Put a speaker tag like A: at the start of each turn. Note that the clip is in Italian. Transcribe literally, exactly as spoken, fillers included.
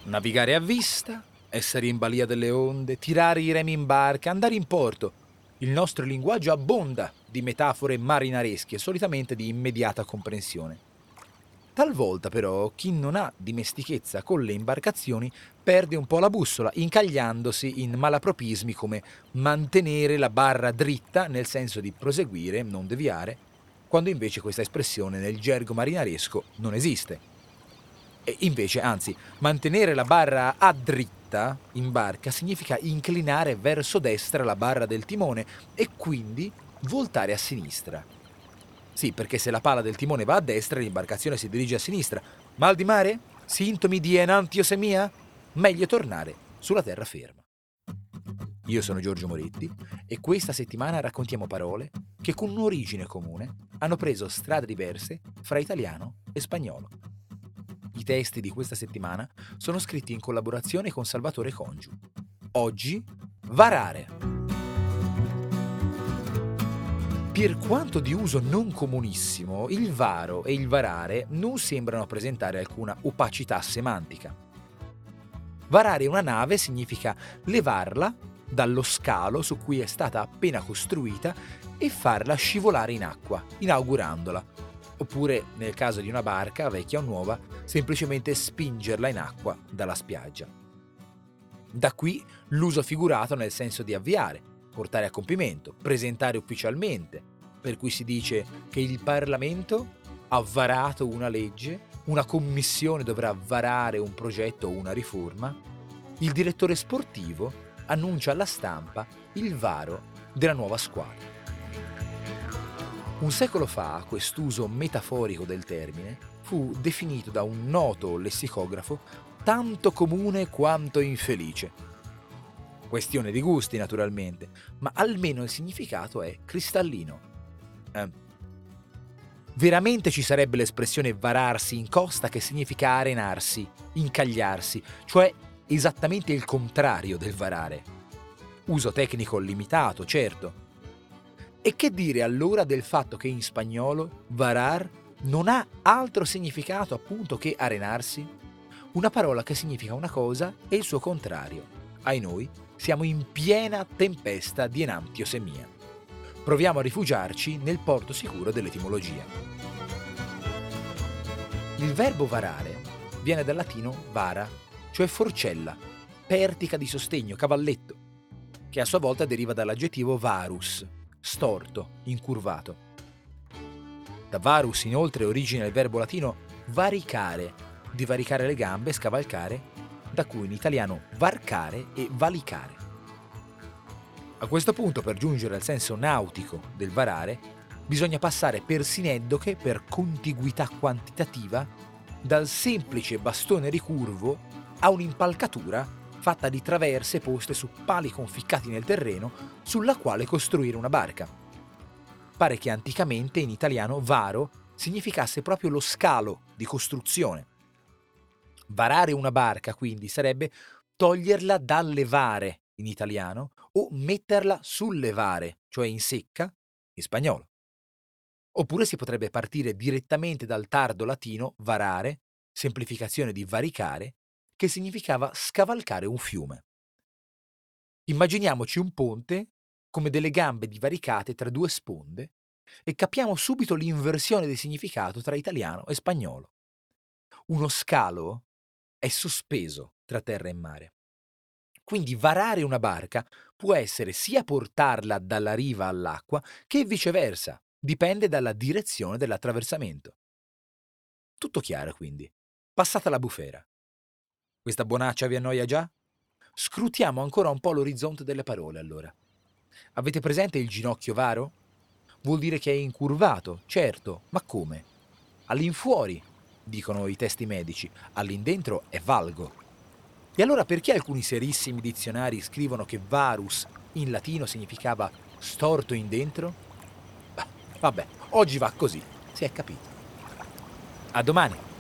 A: Navigare a vista, essere in balia delle onde, tirare i remi in barca, andare in porto. Il nostro linguaggio abbonda di metafore marinaresche, solitamente di immediata comprensione. Talvolta però chi non ha dimestichezza con le imbarcazioni perde un po' la bussola, incagliandosi in malapropismi come mantenere la barra dritta nel senso di proseguire, non deviare, quando invece questa espressione nel gergo marinaresco non esiste. E invece, anzi, mantenere la barra a dritta in barca significa inclinare verso destra la barra del timone e quindi voltare a sinistra. Sì, perché se la pala del timone va a destra, l'imbarcazione si dirige a sinistra. Mal di mare? Sintomi di enantiosemia? Meglio tornare sulla terraferma. Io sono Giorgio Moretti e questa settimana raccontiamo parole che con un'origine comune hanno preso strade diverse fra italiano e spagnolo. I testi di questa settimana sono scritti in collaborazione con Salvatore Congiu. Oggi, varare. Per quanto di uso non comunissimo, il varo e il varare non sembrano presentare alcuna opacità semantica. Varare una nave significa levarla dallo scalo su cui è stata appena costruita e farla scivolare in acqua, inaugurandola. Oppure, nel caso di una barca, vecchia o nuova, semplicemente spingerla in acqua dalla spiaggia. Da qui l'uso figurato nel senso di avviare, portare a compimento, presentare ufficialmente, per cui si dice che il Parlamento ha varato una legge, una commissione dovrà varare un progetto o una riforma, il direttore sportivo annuncia alla stampa il varo della nuova squadra. Un secolo fa quest'uso metaforico del termine fu definito da un noto lessicografo tanto comune quanto infelice. Questione di gusti, naturalmente, ma almeno il significato è cristallino. Eh. Veramente ci sarebbe l'espressione vararsi in costa che significa arenarsi, incagliarsi, cioè esattamente il contrario del varare. Uso tecnico limitato, certo. E che dire allora del fatto che in spagnolo varar non ha altro significato appunto che arenarsi? Una parola che significa una cosa e il suo contrario. Ai noi siamo in piena tempesta di enantiosemia. Proviamo a rifugiarci nel porto sicuro dell'etimologia. Il verbo varare viene dal latino vara, cioè forcella, pertica di sostegno, cavalletto, che a sua volta deriva dall'aggettivo varus, storto, incurvato. Da varus inoltre origina il verbo latino varicare, divaricare le gambe, scavalcare, da cui in italiano varcare e valicare. A questo punto, per giungere al senso nautico del varare, bisogna passare per sineddoche, per contiguità quantitativa, dal semplice bastone ricurvo a un'impalcatura fatta di traverse poste su pali conficcati nel terreno sulla quale costruire una barca. Pare che anticamente in italiano varo significasse proprio lo scalo di costruzione. Varare una barca, quindi, sarebbe toglierla dal levare in italiano o metterla sul levare, cioè in secca, in spagnolo. Oppure si potrebbe partire direttamente dal tardo latino varare, semplificazione di varicare, che significava scavalcare un fiume. Immaginiamoci un ponte come delle gambe divaricate tra due sponde e capiamo subito l'inversione di significato tra italiano e spagnolo. Uno scalo è sospeso tra terra e mare. Quindi varare una barca può essere sia portarla dalla riva all'acqua che viceversa, dipende dalla direzione dell'attraversamento. Tutto chiaro quindi. Passata la bufera. Questa bonaccia vi annoia già? Scrutiamo ancora un po' l'orizzonte delle parole allora. Avete presente il ginocchio varo? Vuol dire che è incurvato, certo, ma come? All'infuori, dicono i testi medici, all'indentro è valgo. E allora perché alcuni serissimi dizionari scrivono che varus in latino significava storto in dentro? Bah, vabbè, oggi va così, si è capito. A domani!